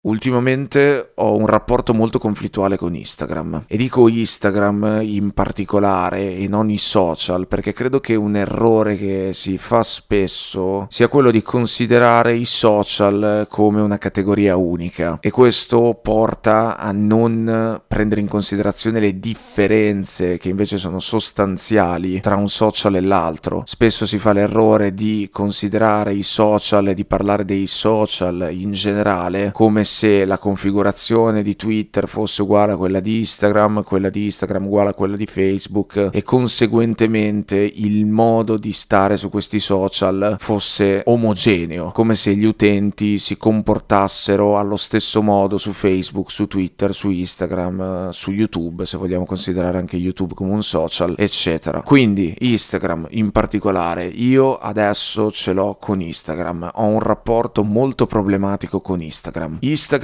Ultimamente ho un rapporto molto conflittuale con Instagram e dico Instagram in particolare e non i social perché credo che un errore che si fa spesso sia quello di considerare i social come una categoria unica e questo porta a non prendere in considerazione le differenze che invece sono sostanziali tra un social e l'altro. Spesso si fa l'errore di considerare i social e di parlare dei social in generale come se la configurazione di Twitter fosse uguale a quella di Instagram uguale a quella di Facebook e conseguentemente il modo di stare su questi social fosse omogeneo, come se gli utenti si comportassero allo stesso modo su Facebook, su Twitter, su Instagram, su YouTube, se vogliamo considerare anche YouTube come un social, eccetera. Quindi Instagram in particolare, io adesso ce l'ho con Instagram, ho un rapporto molto problematico con Instagram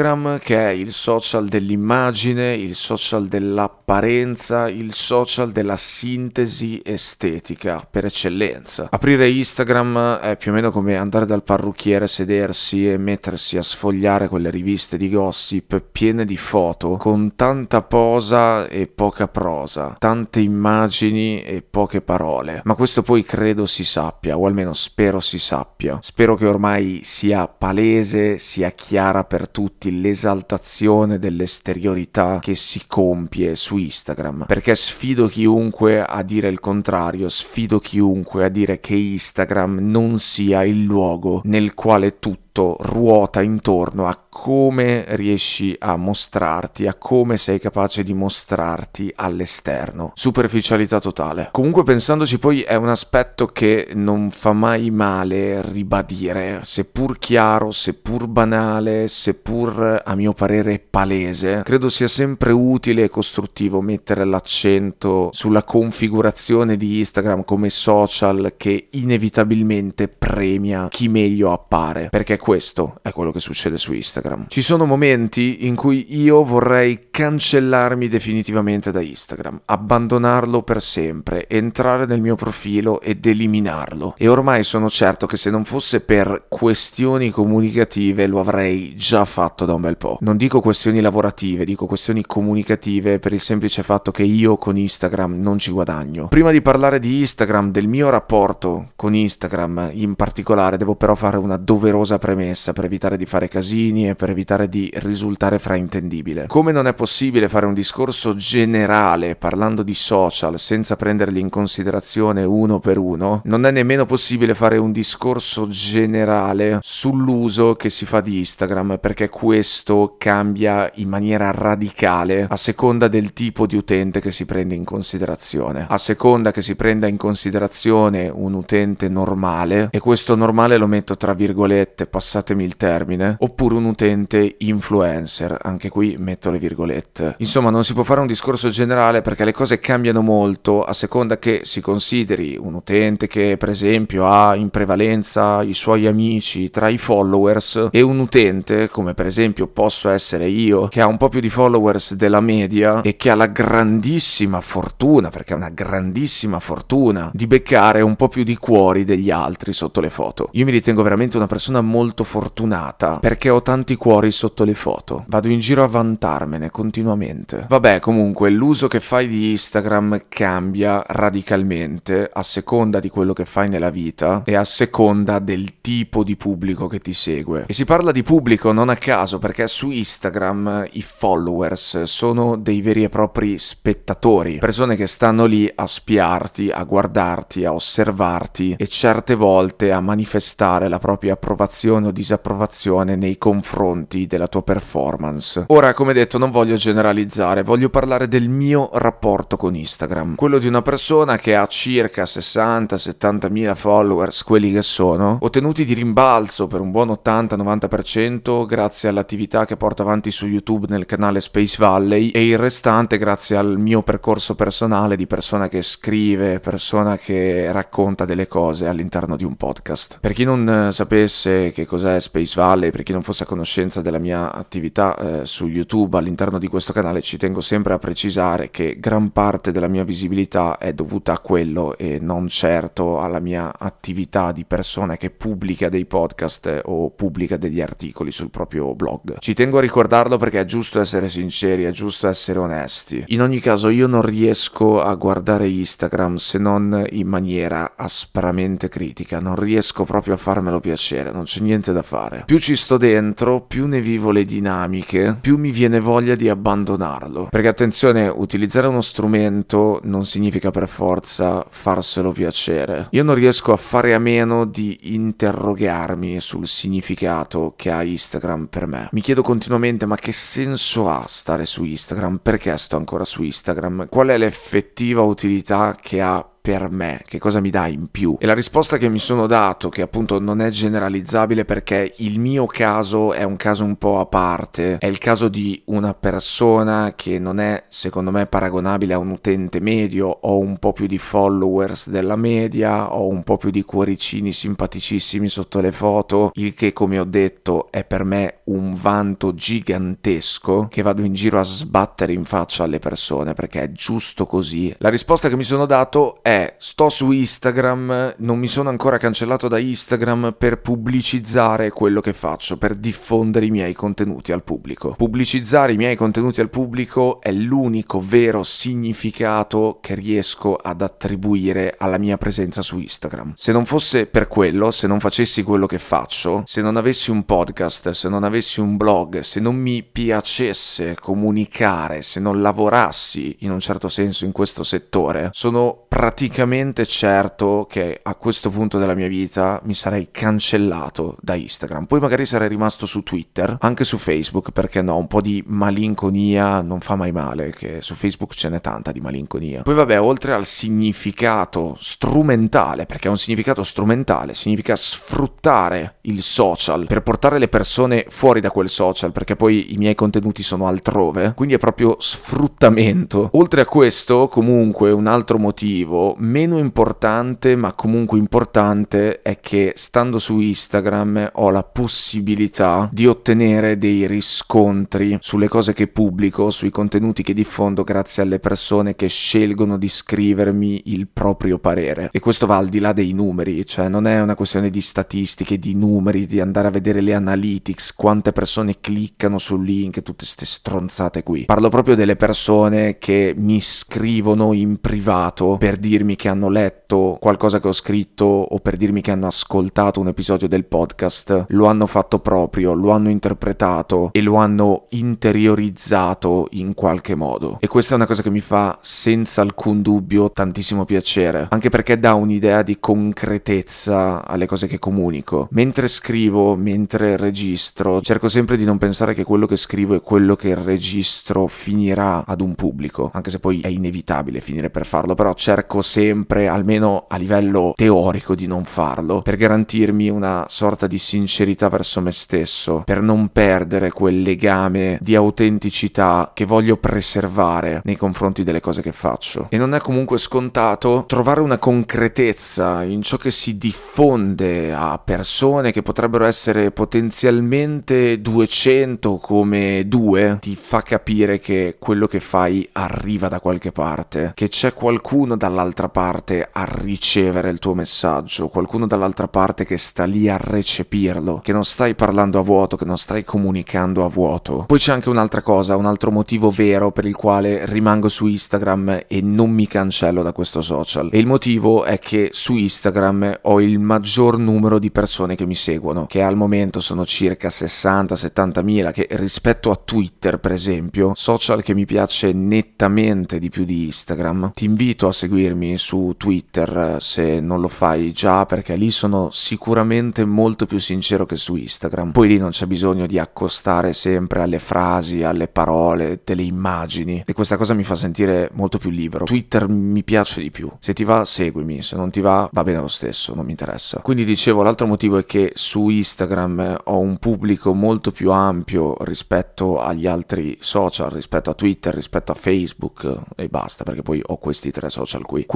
che è il social dell'immagine, il social dell'apparenza, il social della sintesi estetica per eccellenza. Aprire Instagram è più o meno come andare dal parrucchiere, sedersi e mettersi a sfogliare quelle riviste di gossip piene di foto con tanta posa e poca prosa, tante immagini e poche parole. Ma questo poi credo si sappia, o almeno spero si sappia. Spero che ormai sia palese, sia chiara per tutti l'esaltazione dell'esteriorità che si compie su Instagram, perché sfido chiunque a dire il contrario, sfido chiunque a dire che Instagram non sia il luogo nel quale tutto ruota intorno a come riesci a mostrarti, a come sei capace di mostrarti all'esterno. Superficialità totale. Comunque pensandoci poi è un aspetto che non fa mai male ribadire, seppur chiaro, seppur banale, seppur a mio parere palese. Credo sia sempre utile e costruttivo mettere l'accento sulla configurazione di Instagram come social che inevitabilmente premia chi meglio appare, perché questo è quello che succede su Instagram. Ci sono momenti in cui io vorrei cancellarmi definitivamente da Instagram, abbandonarlo per sempre, entrare nel mio profilo ed eliminarlo. E ormai sono certo che se non fosse per questioni comunicative lo avrei già fatto da un bel po'. Non dico questioni lavorative, dico questioni comunicative per il semplice fatto che io con Instagram non ci guadagno. Prima di parlare di Instagram, del mio rapporto con Instagram in particolare, devo però fare una doverosa premessa per evitare di fare casini e per evitare di risultare fraintendibile. Come non è possibile fare un discorso generale parlando di social senza prenderli in considerazione uno per uno, non è nemmeno possibile fare un discorso generale sull'uso che si fa di Instagram, perché questo cambia in maniera radicale a seconda del tipo di utente che si prende in considerazione. A seconda che si prenda in considerazione un utente normale, e questo normale lo metto tra virgolette, passatemi il termine, oppure un utente influencer, anche qui metto le virgolette. Insomma, non si può fare un discorso generale perché le cose cambiano molto a seconda che si consideri un utente che per esempio ha in prevalenza i suoi amici tra i followers e un utente come per esempio posso essere io, che ha un po' più di followers della media e che ha la grandissima fortuna, perché è una grandissima fortuna, di beccare un po' più di cuori degli altri sotto le foto. Io mi ritengo veramente una persona molto fortunata perché ho tanti cuori sotto le foto. Vado in giro a vantarmene continuamente. Vabbè, comunque l'uso che fai di Instagram cambia radicalmente a seconda di quello che fai nella vita e a seconda del tipo di pubblico che ti segue. E si parla di pubblico non a caso perché su Instagram i followers sono dei veri e propri spettatori, persone che stanno lì a spiarti, a guardarti, a osservarti e certe volte a manifestare la propria approvazione o disapprovazione nei confronti della tua performance. Ora, come detto, non voglio generalizzare, voglio parlare del mio rapporto con Instagram, quello di una persona che ha circa 60-70 mila followers, quelli che sono, ottenuti di rimbalzo per un buon 80-90% grazie all'attività che porto avanti su YouTube nel canale Space Valley e il restante grazie al mio percorso personale di persona che scrive, persona che racconta delle cose all'interno di un podcast. Per chi non sapesse che cos'è Space Valley, per chi non fosse a conoscenza della mia attività su YouTube all'interno di questo canale, ci tengo sempre a precisare che gran parte della mia visibilità è dovuta a quello e non certo alla mia attività di persona che pubblica dei podcast o pubblica degli articoli sul proprio blog. Ci tengo a ricordarlo perché è giusto essere sinceri, è giusto essere onesti. In ogni caso io non riesco a guardare Instagram se non in maniera aspramente critica, non riesco proprio a farmelo piacere, non c'è niente da fare. Più ci sto dentro, più ne vivo le dinamiche, più mi viene voglia di abbandonarlo. Perché attenzione, utilizzare uno strumento non significa per forza farselo piacere. Io non riesco a fare a meno di interrogarmi sul significato che ha Instagram per me. Mi chiedo continuamente: ma che senso ha stare su Instagram? Perché sto ancora su Instagram? Qual è l'effettiva utilità che ha per me? Che cosa mi dà in più? E la risposta che mi sono dato, che appunto non è generalizzabile perché il mio caso è un caso un po' a parte, è il caso di una persona che non è secondo me paragonabile a un utente medio. Ho un po' più di followers della media, ho un po' più di cuoricini simpaticissimi sotto le foto, il che, come ho detto, è per me un vanto gigantesco che vado in giro a sbattere in faccia alle persone perché è giusto così. La risposta che mi sono dato è: sto su Instagram, non mi sono ancora cancellato da Instagram per pubblicizzare quello che faccio, per diffondere i miei contenuti al pubblico. Pubblicizzare i miei contenuti al pubblico è l'unico vero significato che riesco ad attribuire alla mia presenza su Instagram. Se non fosse per quello, se non facessi quello che faccio, se non avessi un podcast, se non avessi un blog, se non mi piacesse comunicare, se non lavorassi in un certo senso in questo settore, sono praticamente certo che a questo punto della mia vita mi sarei cancellato da Instagram. Poi magari sarei rimasto su Twitter, anche su Facebook, perché no, un po' di malinconia non fa mai male, che su Facebook ce n'è tanta di malinconia. Poi vabbè, oltre al significato strumentale, perché è un significato strumentale, significa sfruttare il social per portare le persone fuori da quel social, perché poi i miei contenuti sono altrove, quindi è proprio sfruttamento. Oltre a questo, comunque, un altro motivo meno importante ma comunque importante è che stando su Instagram ho la possibilità di ottenere dei riscontri sulle cose che pubblico, sui contenuti che diffondo, grazie alle persone che scelgono di scrivermi il proprio parere. E questo va al di là dei numeri, cioè non è una questione di statistiche, di numeri, di andare a vedere le analytics, quante persone cliccano sul link, tutte ste stronzate qui. Parlo proprio delle persone che mi scrivono in privato per dirmi che hanno letto qualcosa che ho scritto o per dirmi che hanno ascoltato un episodio del podcast, lo hanno fatto proprio, lo hanno interpretato e lo hanno interiorizzato in qualche modo. E questa è una cosa che mi fa senza alcun dubbio tantissimo piacere, anche perché dà un'idea di concretezza alle cose che comunico. Mentre scrivo, mentre registro, cerco sempre di non pensare che quello che scrivo e quello che registro finirà ad un pubblico, anche se poi è inevitabile finire per farlo, però cerco sempre, almeno a livello teorico, di non farlo, per garantirmi una sorta di sincerità verso me stesso, per non perdere quel legame di autenticità che voglio preservare nei confronti delle cose che faccio. E non è comunque scontato trovare una concretezza in ciò che si diffonde a persone che potrebbero essere potenzialmente 200 come 2, ti fa capire che quello che fai arriva da qualche parte, che c'è qualcuno dall'altra parte a ricevere il tuo messaggio, qualcuno dall'altra parte che sta lì a recepirlo, che non stai parlando a vuoto, che non stai comunicando a vuoto. Poi c'è anche un'altra cosa, un altro motivo vero per il quale rimango su Instagram e non mi cancello da questo social, e il motivo è che su Instagram ho il maggior numero di persone che mi seguono, che al momento sono circa 60-70 mila, che rispetto a Twitter, per esempio, social che mi piace nettamente di più di Instagram. Ti invito a seguirmi su Twitter se non lo fai già, perché lì sono sicuramente molto più sincero che su Instagram. Poi lì non c'è bisogno di accostare sempre alle frasi, alle parole, delle immagini, e questa cosa mi fa sentire molto più libero. Twitter mi piace di più. Se ti va, seguimi, se non ti va bene lo stesso, non mi interessa. Quindi dicevo, l'altro motivo è che su Instagram ho un pubblico molto più ampio rispetto agli altri social, rispetto a Twitter, rispetto a Facebook e basta, perché poi ho questi 3 social qui.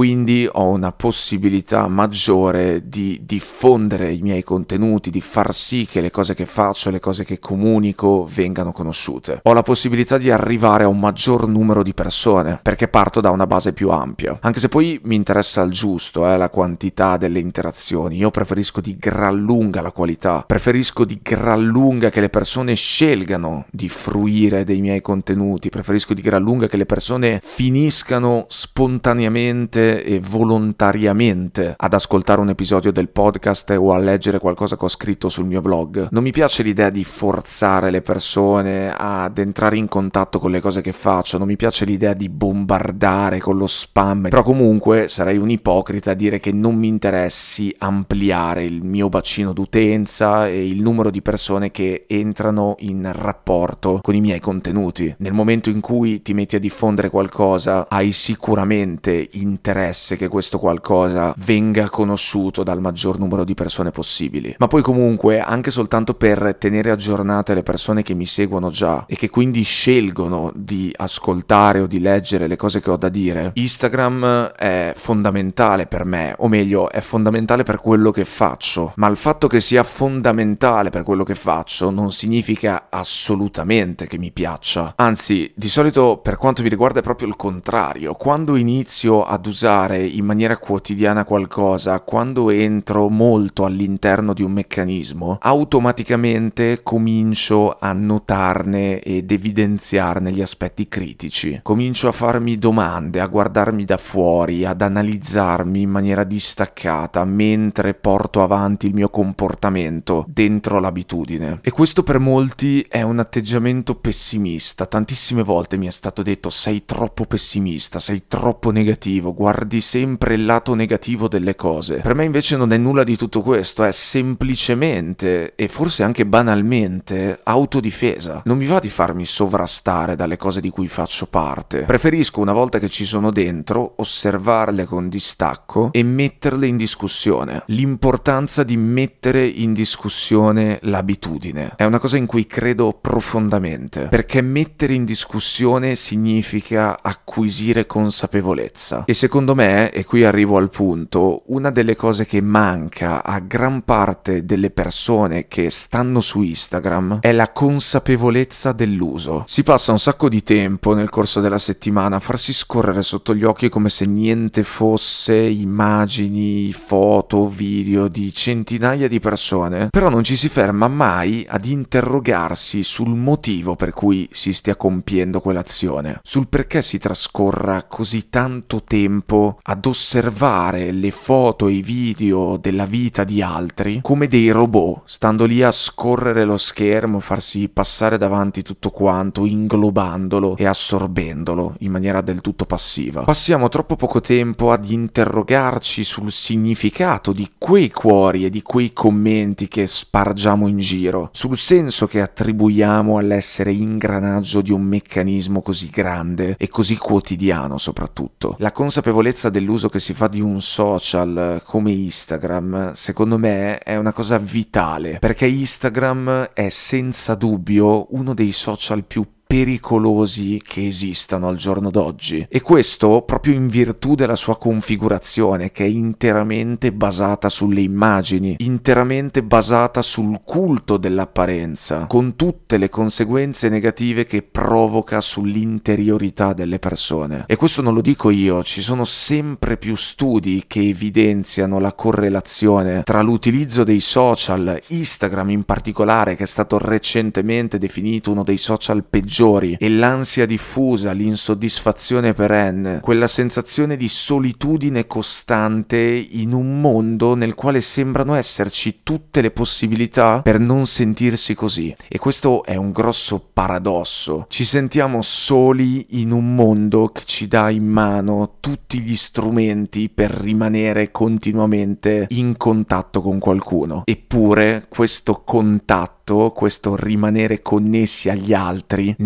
quindi ho una possibilità maggiore di diffondere i miei contenuti, di far sì che le cose che faccio, le cose che comunico vengano conosciute. Ho la possibilità di arrivare a un maggior numero di persone, perché parto da una base più ampia. Anche se poi mi interessa il giusto, la quantità delle interazioni. Io preferisco di gran lunga la qualità, preferisco di gran lunga che le persone scelgano di fruire dei miei contenuti, preferisco di gran lunga che le persone finiscano spontaneamente e volontariamente ad ascoltare un episodio del podcast o a leggere qualcosa che ho scritto sul mio blog. Non mi piace l'idea di forzare le persone ad entrare in contatto con le cose che faccio, non mi piace l'idea di bombardare con lo spam, però comunque sarei un ipocrita a dire che non mi interessi ampliare il mio bacino d'utenza e il numero di persone che entrano in rapporto con i miei contenuti. Nel momento in cui ti metti a diffondere qualcosa, hai sicuramente interesse che questo qualcosa venga conosciuto dal maggior numero di persone possibili. Ma poi comunque, anche soltanto per tenere aggiornate le persone che mi seguono già e che quindi scelgono di ascoltare o di leggere le cose che ho da dire, Instagram è fondamentale per me, o meglio, è fondamentale per quello che faccio, ma il fatto che sia fondamentale per quello che faccio non significa assolutamente che mi piaccia. Anzi, di solito per quanto mi riguarda è proprio il contrario. Quando inizio ad usare in maniera quotidiana qualcosa, quando entro molto all'interno di un meccanismo, automaticamente comincio a notarne ed evidenziarne gli aspetti critici. Comincio a farmi domande, a guardarmi da fuori, ad analizzarmi in maniera distaccata mentre porto avanti il mio comportamento dentro l'abitudine. E questo per molti è un atteggiamento pessimista. Tantissime volte mi è stato detto: sei troppo pessimista, sei troppo negativo, guardi sempre il lato negativo delle cose. Per me invece non è nulla di tutto questo, è semplicemente e forse anche banalmente autodifesa. Non mi va di farmi sovrastare dalle cose di cui faccio parte. Preferisco, una volta che ci sono dentro, osservarle con distacco e metterle in discussione. L'importanza di mettere in discussione l'abitudine è una cosa in cui credo profondamente, perché mettere in discussione significa acquisire consapevolezza. E secondo me, e qui arrivo al punto, una delle cose che manca a gran parte delle persone che stanno su Instagram è la consapevolezza dell'uso. Si passa un sacco di tempo nel corso della settimana a farsi scorrere sotto gli occhi come se niente fosse immagini, foto, video di centinaia di persone, però non ci si ferma mai ad interrogarsi sul motivo per cui si stia compiendo quell'azione, sul perché si trascorra così tanto tempo ad osservare le foto e i video della vita di altri come dei robot, stando lì a scorrere lo schermo, farsi passare davanti tutto quanto, inglobandolo e assorbendolo in maniera del tutto passiva. Passiamo troppo poco tempo ad interrogarci sul significato di quei cuori e di quei commenti che spargiamo in giro, sul senso che attribuiamo all'essere ingranaggio di un meccanismo così grande e così quotidiano soprattutto. La consapevolezza dell'uso che si fa di un social come Instagram, secondo me, è una cosa vitale, perché Instagram è senza dubbio uno dei social più pericolosi che esistano al giorno d'oggi, e questo proprio in virtù della sua configurazione, che è interamente basata sulle immagini, interamente basata sul culto dell'apparenza, con tutte le conseguenze negative che provoca sull'interiorità delle persone. E questo non lo dico io, ci sono sempre più studi che evidenziano la correlazione tra l'utilizzo dei social, Instagram in particolare, che è stato recentemente definito uno dei social peggiori, e l'ansia diffusa, l'insoddisfazione perenne, quella sensazione di solitudine costante in un mondo nel quale sembrano esserci tutte le possibilità per non sentirsi così. E questo è un grosso paradosso. Ci sentiamo soli in un mondo che ci dà in mano tutti gli strumenti per rimanere continuamente in contatto con qualcuno. Eppure questo contatto, questo rimanere connessi agli altri,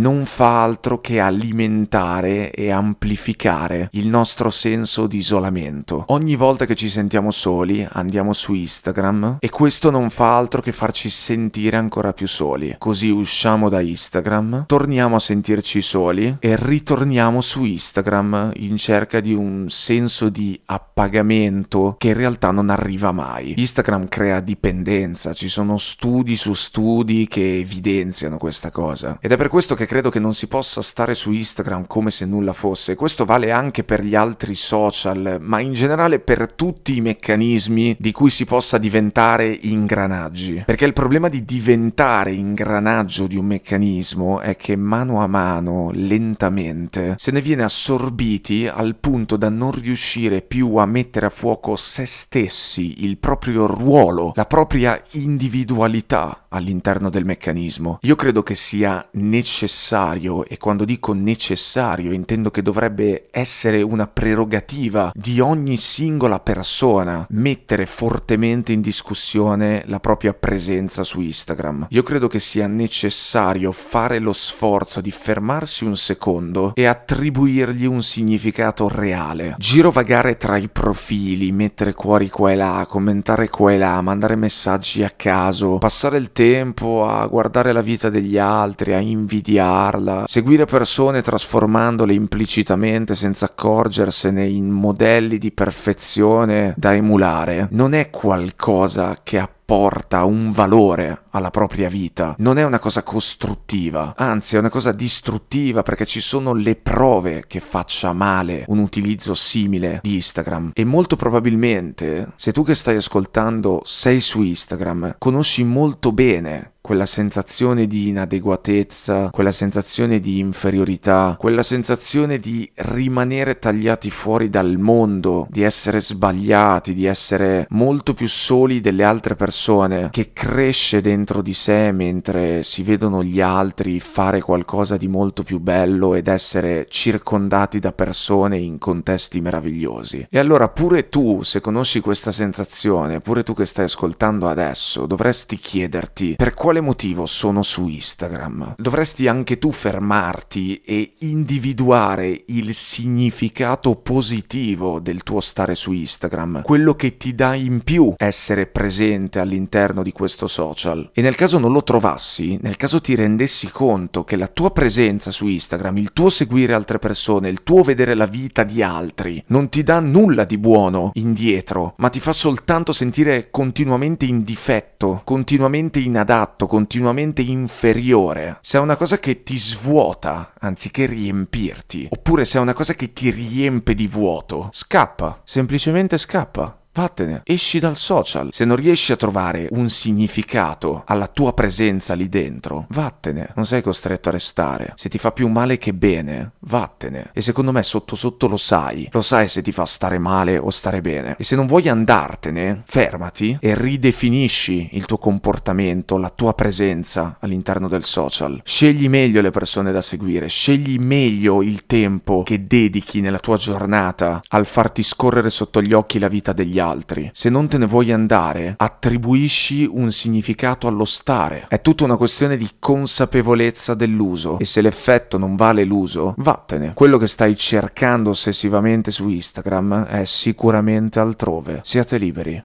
non fa altro che alimentare e amplificare il nostro senso di isolamento. Ogni volta che ci sentiamo soli andiamo su Instagram e questo non fa altro che farci sentire ancora più soli. Così usciamo da Instagram, torniamo a sentirci soli e ritorniamo su Instagram in cerca di un senso di appagamento che in realtà non arriva mai. Instagram crea dipendenza, ci sono studi su studi che evidenziano questa cosa ed è per questo che credo che non si possa stare su Instagram come se nulla fosse. Questo vale anche per gli altri social, ma in generale per tutti i meccanismi di cui si possa diventare ingranaggi, perché il problema di diventare ingranaggio di un meccanismo è che mano a mano, lentamente, se ne viene assorbiti al punto da non riuscire più a mettere a fuoco se stessi, il proprio ruolo, la propria individualità all'interno del meccanismo. Io credo che sia necessario, e quando dico necessario intendo che dovrebbe essere una prerogativa di ogni singola persona, mettere fortemente in discussione la propria presenza su Instagram. Io credo che sia necessario fare lo sforzo di fermarsi un secondo e attribuirgli un significato reale. Girovagare tra i profili, mettere cuori qua e là, commentare qua e là, mandare messaggi a caso, passare il tempo a guardare la vita degli altri, a invidiarla, seguire persone trasformandole implicitamente senza accorgersene in modelli di perfezione da emulare, non è qualcosa che apporta un valore alla propria vita, non è una cosa costruttiva, anzi è una cosa distruttiva, perché ci sono le prove che faccia male un utilizzo simile di Instagram. E molto probabilmente, se tu che stai ascoltando sei su Instagram, conosci molto bene quella sensazione di inadeguatezza, quella sensazione di inferiorità, quella sensazione di rimanere tagliati fuori dal mondo, di essere sbagliati, di essere molto più soli delle altre persone, che cresce dentro di sé mentre si vedono gli altri fare qualcosa di molto più bello ed essere circondati da persone in contesti meravigliosi. E allora pure tu, se conosci questa sensazione, pure tu che stai ascoltando adesso, dovresti chiederti: per quale motivo sono su Instagram? Dovresti anche tu fermarti e individuare il significato positivo del tuo stare su Instagram, quello che ti dà in più essere presente all'interno di questo social. E nel caso non lo trovassi, nel caso ti rendessi conto che la tua presenza su Instagram, il tuo seguire altre persone, il tuo vedere la vita di altri non ti dà nulla di buono indietro, ma ti fa soltanto sentire continuamente in difetto, continuamente inadatto, continuamente inferiore, se è una cosa che ti svuota anziché riempirti, oppure se è una cosa che ti riempie di vuoto, scappa, semplicemente scappa. Vattene, esci dal social. Se non riesci a trovare un significato alla tua presenza lì dentro, vattene, non sei costretto a restare. Se ti fa più male che bene, vattene. E secondo me sotto sotto lo sai se ti fa stare male o stare bene. E se non vuoi andartene, fermati e ridefinisci il tuo comportamento, la tua presenza all'interno del social. Scegli meglio le persone da seguire, scegli meglio il tempo che dedichi nella tua giornata al farti scorrere sotto gli occhi la vita degli altri. Se non te ne vuoi andare, attribuisci un significato allo stare. È tutta una questione di consapevolezza dell'uso, e se l'effetto non vale l'uso, vattene. Quello che stai cercando ossessivamente su Instagram è sicuramente altrove. Siate liberi.